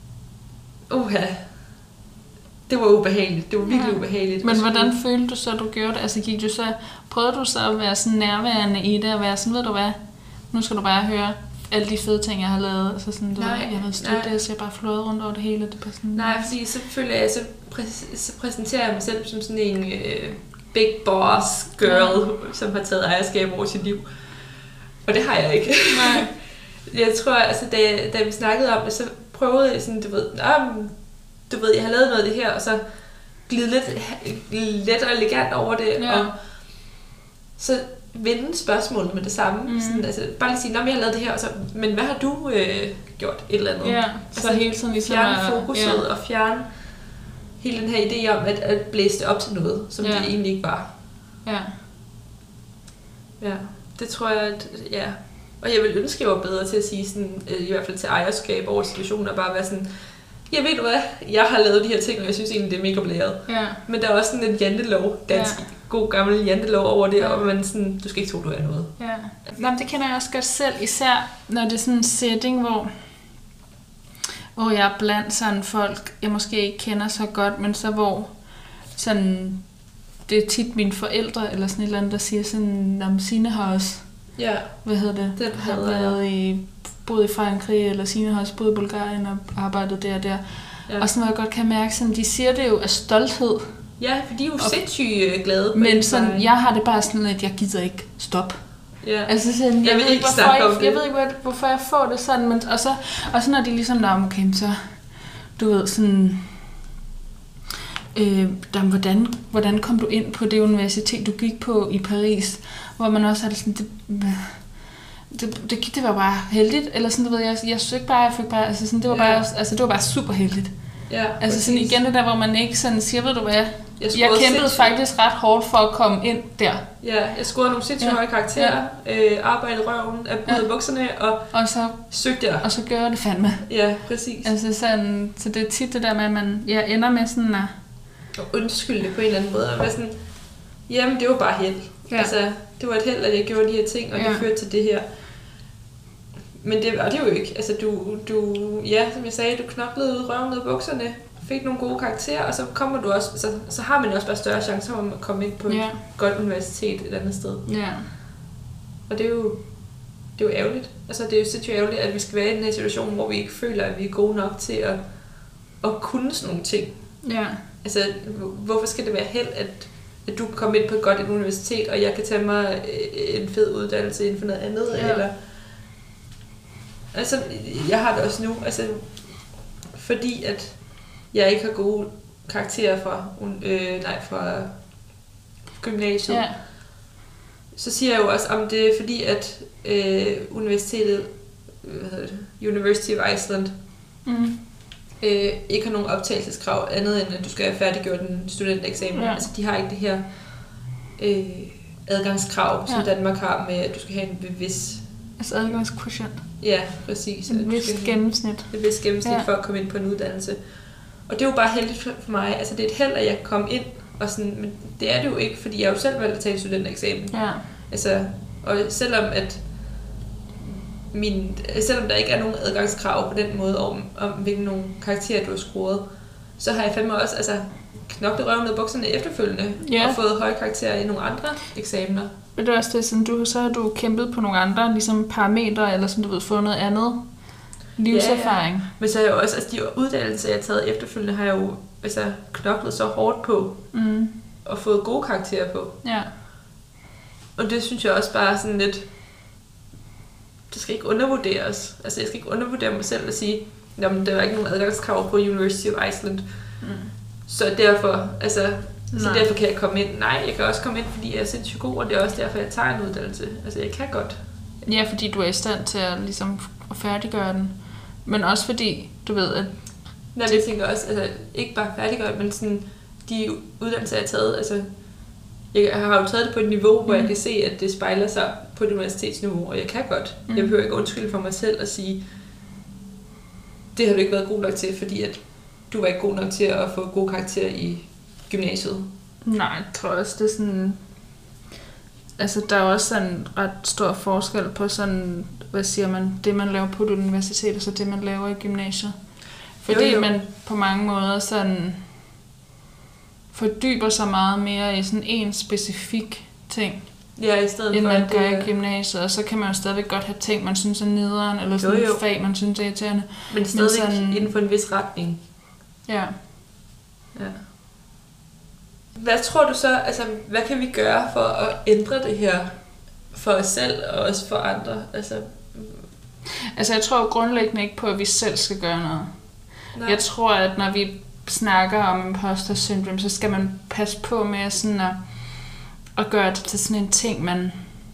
uha, det var ubehageligt. Det var virkelig ja. ubehageligt. Men hvordan følte du så, at du gjorde det? Altså gik du så, prøvede du så at være sådan nærværende i det, og være sådan, ved du hvad, nu skal du bare høre alle de fede ting, jeg har lavet, så sådan, du nej, ved, jeg har stødt det, så jeg bare flået rundt over det hele. Det bare sådan, nej, fordi så føler jeg, så, præ- så præsenterer jeg mig selv som sådan en øh, big boss girl, ja. som har taget ejerskab over sit liv. Og det har jeg ikke. Nej. Jeg tror, altså, da, da vi snakkede om det, så prøvede jeg sådan, du ved, du ved, jeg har lavet noget af det her, og så glide lidt let og elegant over det, ja. og så vende spørgsmålet med det samme. Mm. Sådan, altså, bare lige sige, nå, jeg har lavet det her, og så, men hvad har du øh, gjort et eller andet? Ja, altså, så hele tiden ligesom fjerne fokuset ja. og fjerne hele den her idé om, at, at blæse det op til noget, som ja. det egentlig ikke var. Ja. Ja, det tror jeg, at, ja. Og jeg vil ønske, at jeg var bedre til at sige sådan, i hvert fald til ejerskab over situationen, og bare være sådan, jeg ved du hvad, jeg har lavet de her ting, og jeg synes egentlig, det er mega blæret. Ja. Men der er også sådan en jantelov, dansk, ja. god gammel jantelov over det, ja. og man sådan, du skal ikke tro, du er noget. Ja. Nå, det kender jeg også godt selv, især når det er sådan en setting, hvor, hvor jeg er blandt sådan folk, jeg måske ikke kender så godt, men så hvor sådan, det er tit mine forældre, eller sådan et eller andet, der siger sådan, om Signe har også, ja. hvad hedder det, den har været i... boet i Frankrig, eller Signe har også boet i Bulgarien og arbejdet der og der. Ja. Og sådan noget, jeg godt kan mærke, sådan, de siger det jo af stolthed. Ja, for de er jo og, sindssygt glade på men sådan, jeg har det bare sådan, at jeg gider ikke stoppe. Ja. Altså sådan, jeg, jeg, ved ikke, hvorfor jeg, jeg ved ikke, hvorfor jeg får det sådan, men, og, så, og så når de ligesom, der okay, så, du ved, sådan, øh, der, hvordan, hvordan kom du ind på det universitet, du gik på i Paris, hvor man også har det sådan, det, Det, det, det var bare heldigt, eller sådan, du ved, jeg, jeg søgte bare, jeg fik bare, altså sådan, det var ja. bare, altså det var bare super heldigt. Ja, altså sådan igen det der, hvor man ikke sådan siger, ved du hvad, jeg, jeg kæmpede sindssygt. faktisk ret hårdt for at komme ind der. Ja, jeg scorede nogle sindssygt ja. høje karakterer, ja. øh, arbejdede røven, af ja. bukserne, og, og så søgte jeg. Og så gør jeg det fandme. Ja, præcis. Altså sådan, så det er tit det der med, at man jeg ender med sådan at... Og undskylde det på en eller anden måde, og være sådan, jamen det var bare held. Ja. Altså, det var et held, at jeg gjorde de her ting, og ja. det førte til det her. Men det, og det er jo ikke, altså du, du, ja, som jeg sagde, du knoklede røven ned i bukserne, fik nogle gode karakterer, og så kommer du også, så, så har man også bare større chance for at komme ind på et ja. godt universitet et andet sted. Ja. Og det er jo, det er jo ærgerligt. Altså det er jo sindssygt ærgerligt, at vi skal være i den her situation, hvor vi ikke føler, at vi er gode nok til at, at kunne sådan nogle ting. Ja. Altså, hvorfor skal det være held, at, at du kan komme ind på et godt universitet, og jeg kan tage mig en fed uddannelse inden for noget andet, ja. eller... Altså, jeg har det også nu, altså, fordi at jeg ikke har gode karakterer fra, øh, nej, fra gymnasiet, ja. så siger jeg jo også, om det er fordi, at øh, universitetet, hvad hedder det, University of Iceland, mm. øh, ikke har nogen optagelseskrav andet end, at du skal have færdiggjort en studenteksamen. Ja. Altså, de har ikke det her øh, adgangskrav, som ja. Danmark har med, at du skal have en bevis. Altså adgangskvotient. Ja, præcis. Et vist gennemsnit. Et vist gennemsnit ja. for at komme ind på en uddannelse. Og det er jo bare heldigt for mig. Altså det er et held, at jeg kan komme ind, og sådan, men det er det jo ikke, fordi jeg jo selv valgte at tage en studentereksamen. Ja. Altså, og selvom at min, selvom der ikke er nogen adgangskrav på den måde om, om hvilken nogle karakterer du har scoret, så har jeg fandme også altså, knoklet røven ned i bukserne efterfølgende, ja. Og fået høje karakterer i nogle andre eksamener. Ved du også det, sådan, du, så har du kæmpet på nogle andre ligesom parametre, eller sådan, du ved, fået noget andet livserfaring. Ja, ja. Men så er jeg jo også, altså de uddannelser, jeg har taget efterfølgende, har jeg jo altså, knoklet så hårdt på, mm. og fået gode karakterer på. Ja. Og det synes jeg også bare sådan lidt, det skal ikke undervurderes. Altså jeg skal ikke undervurdere mig selv og sige, jamen der er ikke nogen adgangskrav på University of Iceland. Mm. Så derfor, altså, så derfor kan jeg komme ind. Nej, jeg kan også komme ind, fordi jeg er sindssygt god, og det er også derfor, jeg tager en uddannelse. Altså jeg kan godt. Ja, fordi du er i stand til at, ligesom, at færdiggøre den. Men også fordi, du ved, at... Nej, jeg tænker også, altså ikke bare færdiggøre den, men sådan, de uddannelser, jeg har taget, altså... Jeg har jo taget det på et niveau, hvor mm. jeg kan se, at det spejler sig på et universitetsniveau, og jeg kan godt. Mm. Jeg behøver ikke undskylde for mig selv og sige, det har du ikke været god nok til, fordi at du var ikke god nok til at få gode karakterer i gymnasiet. Nej, jeg tror også, det er sådan... Altså, der er også sådan ret stor forskel på sådan, hvad siger man, det man laver på et universitet, og så det man laver i gymnasiet. Fordi jo, jo. Man på mange måder sådan... fordyber sig meget mere i sådan en specifik ting, ja, i stedet end for, man gør det... i gymnasiet. Og så kan man jo stadigvæk godt have ting, man synes er nederen, eller sådan et fag, man synes er irriterende. Men stadig sådan... inden for en vis retning. Ja. Ja. Hvad tror du så, altså hvad kan vi gøre for at ændre det her for os selv og også for andre? Altså, altså jeg tror grundlæggende ikke på, at vi selv skal gøre noget. Nej. Jeg tror, at når vi snakker om imposter syndrome, så skal man passe på med sådan at, at gøre det til sådan en ting, man...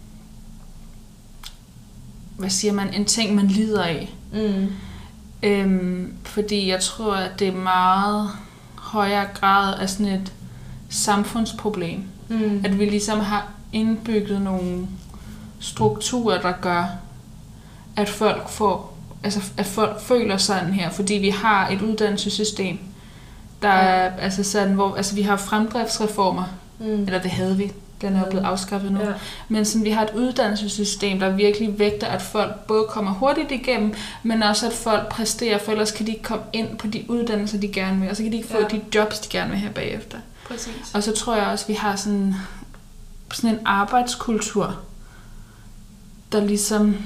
Hvad siger man? En ting, man lider af. Mm. Øhm, fordi jeg tror, at det er meget højere grad af sådan et samfundsproblem. Mm. At vi ligesom har indbygget nogle strukturer, der gør, at folk får... Altså, at folk føler sådan her, fordi vi har et uddannelsessystem, der er, ja. altså sådan, hvor, altså vi har fremdriftsreformer, mm. eller det havde vi, den er jo blevet afskaffet nu, ja. Men sådan, vi har et uddannelsessystem, der virkelig vægter, at folk både kommer hurtigt igennem, men også at folk præsterer, for ellers kan de ikke komme ind på de uddannelser, de gerne vil, og så kan de ikke få ja. de jobs, de gerne vil have bagefter. Præcis. Og så tror jeg også, at vi har sådan, sådan en arbejdskultur, der ligesom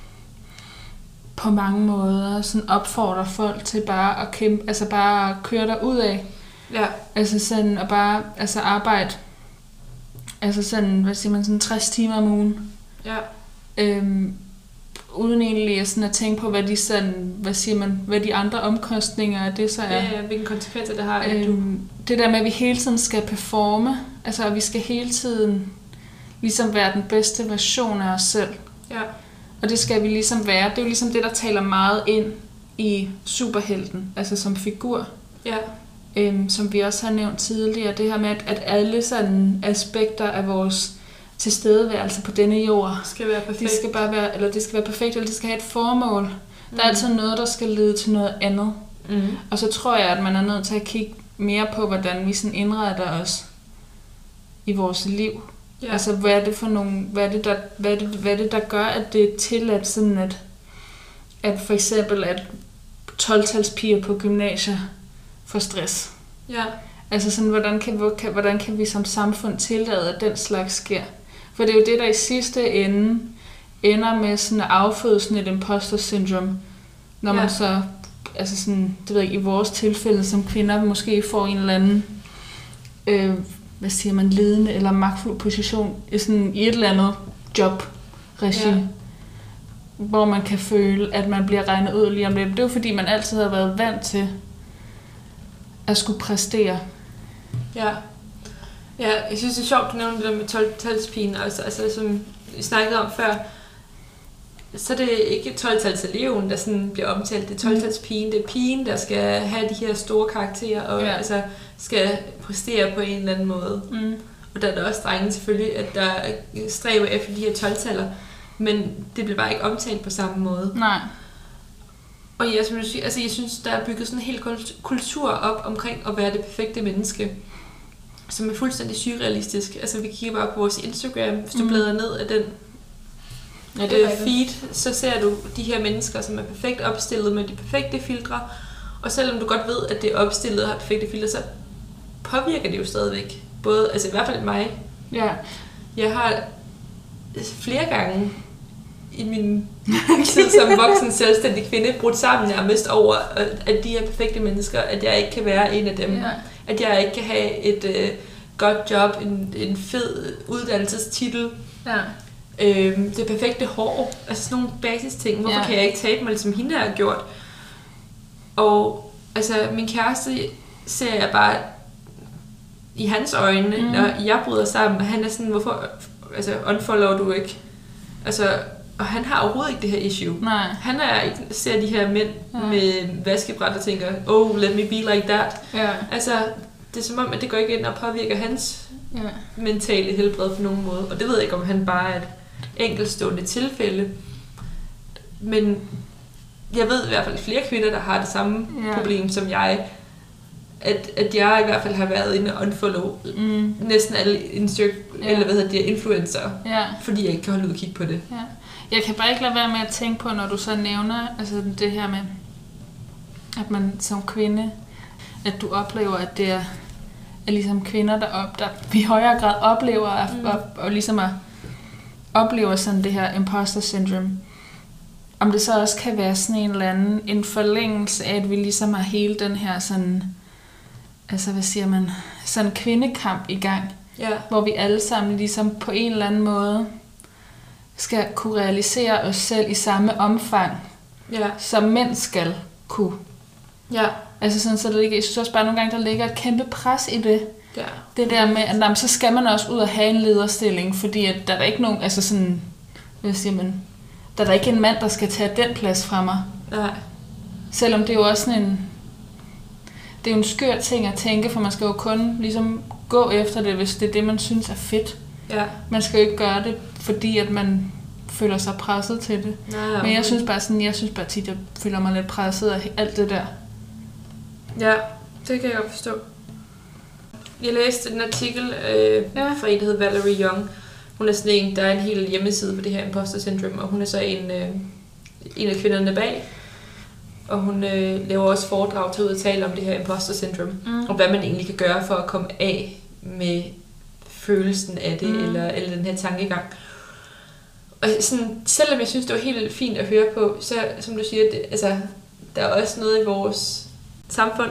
på mange måder sådan opfordrer folk til bare at kæmpe, altså bare at køre der ud af. Ja. Altså sådan at bare altså arbejde altså sådan, hvad siger man, sådan tres timer om ugen. Ja. Øhm, uden egentlig sådan at tænke på, hvad de sådan, hvad siger man, hvad de andre omkostninger af det så er. Ja, ja, hvilke konsekvenser det har. Øhm, det der med, at vi hele tiden skal performe, altså at vi skal hele tiden ligesom være den bedste version af os selv. Ja. Og det skal vi ligesom være. Det er jo ligesom det, der taler meget ind i superhelten, altså som figur. Ja. Øhm, som vi også har nævnt tidligere. Det her med, at, at alle sådan aspekter af vores tilstedeværelse på denne jord, skal være perfekt. Det skal bare være, eller det skal være perfekt, eller det skal have et formål. Mm. Der er altid noget, der skal lede til noget andet. Mm. Og så tror jeg, at man er nødt til at kigge mere på, hvordan vi sådan indretter os i vores liv. Ja. Altså, hvad er det for nogle, hvad er det, der, hvad er det, hvad er det, der gør, at det er tilladt sådan, at, at for eksempel, at tolv-talspiger på gymnasier får stress. Ja. Altså sådan, hvordan kan, vi, hvordan kan vi som samfund tillade, at den slags sker? For det er jo det, der i sidste ende ender med sådan at afføde sådan et imposter syndrome, når ja. man så, altså sådan, det ved jeg, i vores tilfælde som kvinder, måske får en eller anden, øh, hvad siger man, ledende eller magtfuld position i, sådan, i et eller andet jobregi, ja. hvor man kan føle, at man bliver regnet ud lige om lidt. Det er jo fordi, man altid har været vant til at skulle præstere. Ja. Ja, jeg synes, det er sjovt, du nævnte det der med tolv-talspigen, altså, altså som vi snakkede om før, så er det ikke tolv-talseleven, der sådan bliver omtalt, det er tolv-talspigen, det er pigen, der skal have de her store karakterer, og ja. altså skal præstere på en eller anden måde. Mm. Og der er der også drenge selvfølgelig, at der stræber efter de her tolv-taller, men det bliver bare ikke omtalt på samme måde. Nej. Og ja, som du siger, altså jeg synes, der er bygget sådan en hel kultur op omkring at være det perfekte menneske, som er fuldstændig surrealistisk. Altså vi kigger bare på vores Instagram, hvis du mm. bladrer ned af den, ja, det er feed, så ser du de her mennesker, som er perfekt opstillet med de perfekte filtre, og selvom du godt ved, at det er opstillet og har perfekte filtre, så påvirker det jo stadigvæk. Både, altså i hvert fald mig. Ja. Jeg har flere gange i min tid som voksen, selvstændig kvinde brudt sammen nærmest over, at de her perfekte mennesker, at jeg ikke kan være en af dem. Ja. At jeg ikke kan have et øh, godt job, en, en fed uddannelsestitel, ja. øhm, det perfekte hår, altså sådan nogle basisting. Hvorfor ja. kan jeg ikke tabe mig, ligesom hende har gjort? Og altså, min kæreste ser jeg bare i hans øjne, mm. når jeg bryder sammen, og han er sådan, hvorfor altså, unfollower du ikke? Altså, og han har overhovedet ikke det her issue. Nej. Han er ikke, ser de her mænd ja. med vaskebræt og tænker, oh, let me be like that. Ja. Altså, det er som om, at det går ikke ind og påvirker hans ja. mentale helbred på nogen måde. Og det ved jeg ikke, om han bare er et enkeltstående tilfælde. Men jeg ved i hvert fald flere kvinder, der har det samme ja. problem som jeg. At, at jeg i hvert fald har været inde og unfollow mm. næsten alle Insta- ja. eller hvad hedder det, influencer, ja. fordi jeg ikke kan holde ud og kigge på det. Ja. Jeg kan bare ikke lade være med at tænke på, når du så nævner altså det her med, at man som kvinde, at du oplever, at det er, er ligesom kvinder, der, op, der i højere grad oplever at, mm. og, og ligesom at oplever sådan det her imposter syndrome. Om det så også kan være sådan en eller anden en forlængelse af, at vi ligesom har hele den her sådan, altså hvad siger man, sådan kvindekamp i gang, ja. hvor vi alle sammen ligesom på en eller anden måde skal kunne realisere os selv i samme omfang, ja. som mænd skal kunne. Ja. Altså sådan, så der ligger, jeg synes også bare nogle gange, der ligger et kæmpe pres i det. Ja. Det der med, at jamen, så skal man også ud og have en lederstilling, fordi at der er der ikke nogen, altså sådan, hvad siger man, der er der ikke en mand, der skal tage den plads fra mig. Nej. Selvom det er jo også sådan en, det er jo en skør ting at tænke, for man skal jo kun ligesom gå efter det, hvis det er det, man synes er fedt. Ja. Man skal jo ikke gøre det, fordi at man føler sig presset til det. Nej, men jeg synes bare sådan, jeg synes bare tit, jeg føler mig lidt presset af alt det der. Ja, det kan jeg godt forstå. Jeg læste en artikel øh, ja. fra en, der hedder Valerie Young. Hun er sådan en, der er en hel hjemmeside på det her imposter syndrome, og hun er så en, øh, en af kvinderne bag. Og hun øh, laver også foredrag til ud at tale om det her imposter syndrome, mm. og hvad man egentlig kan gøre for at komme af med følelsen af det, mm. eller, eller den her tankegang. Og sådan, selvom jeg synes, det var helt fint at høre på, så som du siger, det, altså, der er også noget i vores samfund,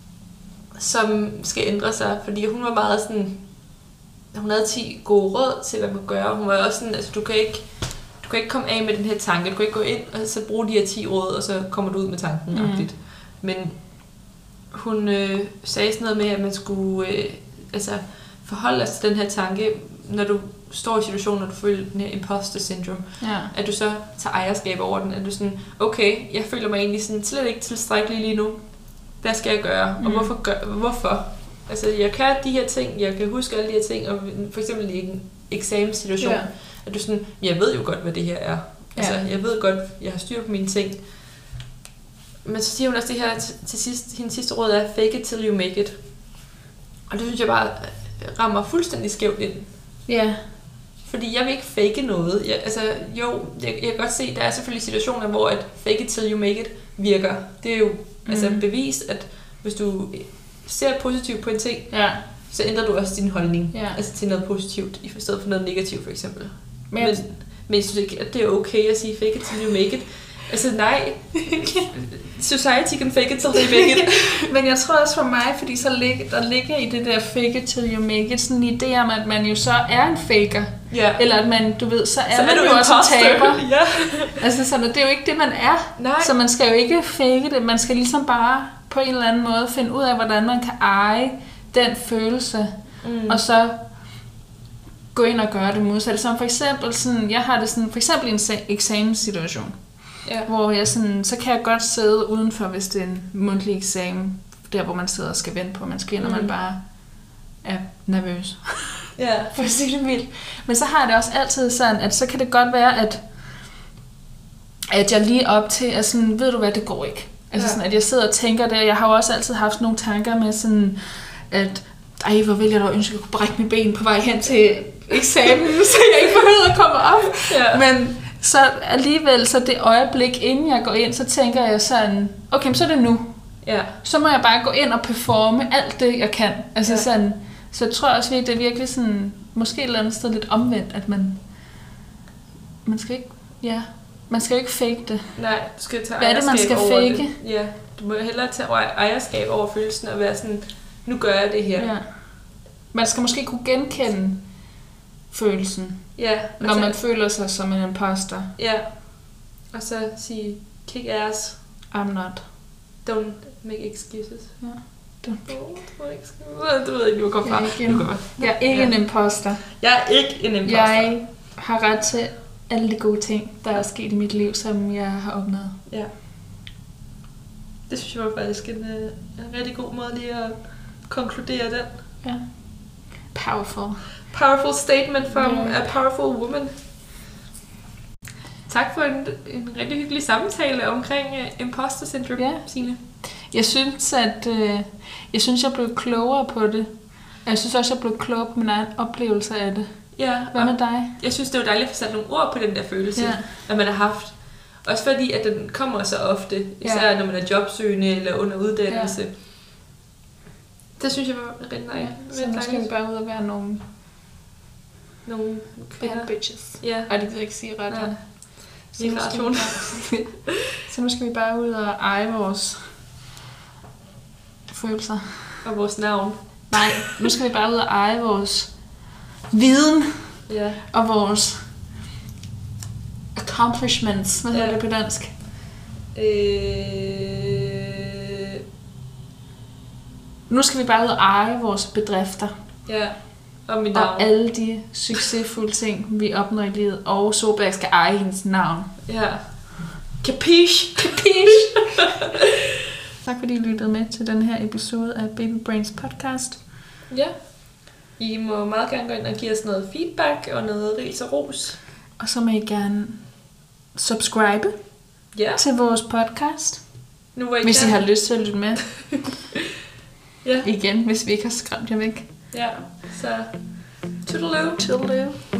som skal ændre sig, fordi hun var meget sådan, hun havde ti gode råd til, hvad man kan gøre. Hun var også sådan, altså du kan ikke, du kan ikke komme af med den her tanke, du kan ikke gå ind og så bruge de her ti råd, og så kommer du ud med tanken. Mm. Men hun øh, sagde sådan noget med, at man skulle øh, altså, forholde sig til den her tanke, når du står i situationen, når du føler den her imposter syndrome, ja. at du så tager ejerskab over den, at du sådan, okay, jeg føler mig egentlig sådan, slet ikke tilstrækkelig lige nu. Hvad skal jeg gøre? Mm. Og hvorfor, gør, hvorfor? Altså, jeg kan de her ting, jeg kan huske alle de her ting, og for eksempel i en eksamenssituation, ja. at du sådan, jeg ved jo godt, hvad det her er. Altså, ja. jeg ved godt, jeg har styr på mine ting. Men så siger hun også det her til, til sidst, hendes sidste råd er, fake it till you make it. Og det synes jeg bare rammer fuldstændig skævt ind. Ja. Fordi jeg vil ikke fake noget. Jeg, altså, jo, jeg, jeg kan godt se, der er selvfølgelig situationer, hvor at fake it till you make it virker. Det er jo mm. altså bevist, at hvis du ser positivt på en ting, ja. så ændrer du også din holdning ja. altså til noget positivt, i stedet for noget negativt for eksempel. Men, men, men jeg synes ikke, at det er okay at sige fake it till you make it. Altså nej, society can fake it till they make it. Men jeg tror også for mig, fordi så ligger, der ligger i det der fake it till you make it, sådan en idé om, at man jo så er en faker. Yeah. Eller at man, du ved, så er så man er jo også en taber. Yeah. Altså sådan, det er jo ikke det, man er. Nej. Så man skal jo ikke fake det, man skal ligesom bare på en eller anden måde finde ud af, hvordan man kan eje den følelse, mm. og så gå ind og gøre det modsatte. Som for eksempel, sådan, jeg har det sådan, for eksempel i en eksamenssituation. Ja. Hvor jeg sådan, så kan jeg godt sidde udenfor, hvis det er en mundtlig eksamen, der hvor man sidder og skal vente på, man skal ind, og mm. man bare er nervøs. Ja. For at sige det mildt. Men så har jeg det også altid sådan, at så kan det godt være, at, at jeg lige op til, at sådan, ved du hvad, det går ikke. Altså ja. sådan, at jeg sidder og tænker det, jeg har jo også altid haft nogle tanker med sådan, at ej, hvor vil jeg da ønske, at jeg kunne brække mit ben på vej hen til eksamen, så jeg ikke behøvede at komme op. Ja. Men så alligevel, så det øjeblik, inden jeg går ind, så tænker jeg sådan, okay, så er det nu. Ja. Så må jeg bare gå ind og performe alt det, jeg kan. Altså ja. sådan, så jeg tror også, at det er virkelig sådan, måske et eller andet sted lidt omvendt, at man, man skal ikke, ja, man skal jo ikke fake det. Nej, du skal tage Hvad er det, man skal over fake? Det. Ja, du må hellere tage ejerskab over følelsen og være sådan, nu gør jeg det her. Ja. Man skal måske kunne genkende følelsen, ja, når altså, man føler sig som en imposter. Ja, og så sige, kick ass. I'm not. Don't make excuses. Ja. Don't make excuses. Du ved ikke, hvor kommer fra. Jeg er ikke en, jeg er ikke ja. en imposter. Jeg er ikke en imposter. Jeg har ret til alle de gode ting, der er sket i mit liv, som jeg har opnået. Ja. Det synes jeg var faktisk en, en rigtig god måde lige at konkludere den. Ja. Powerful. Powerful statement from yeah. a powerful woman. Tak for en, en rigtig hyggelig samtale omkring uh, imposter syndrome, ja. Signe. Jeg synes, at øh, jeg synes, jeg blev klogere på det. Jeg synes også, jeg blev klogere på min egen oplevelse af det. Ja. Hvad med dig? Jeg synes, det var dejligt at få sat nogle ord på den der følelse, ja. at man har haft. Også fordi, at den kommer så ofte, især ja. når man er jobsøgende eller under uddannelse. Ja. Det synes jeg var rigtig nej. Ja, så nu skal vi bare ud og være nogle, nogle bad bitches. Ja. Ej, det vil jeg ikke sige ret. Ja. Så, nu skal bare, så nu skal vi bare ud og eje vores følelser. Og vores navn. Nej, nu skal vi bare ud og eje vores viden. Ja. Og vores accomplishments. Hvad hedder ja. det på dansk? Øh... Nu skal vi bare ud og eje vores bedrifter. Ja, og mit navn. Og alle de succesfulde ting, vi opnår i livet. Og Solberg skal eje hendes navn. Ja. Capiche! Capiche! Tak fordi I lyttede med til den her episode af Baby Brains podcast. Ja. I må meget gerne gå ind og give os noget feedback og noget ris og ros. Og så må I gerne subscribe ja. til vores podcast. Nu I hvis gerne. I har lyst til at lytte med. ja. Igen, hvis vi ikke har skræmt jer væk. Ja, så toodaloo. Toodaloo.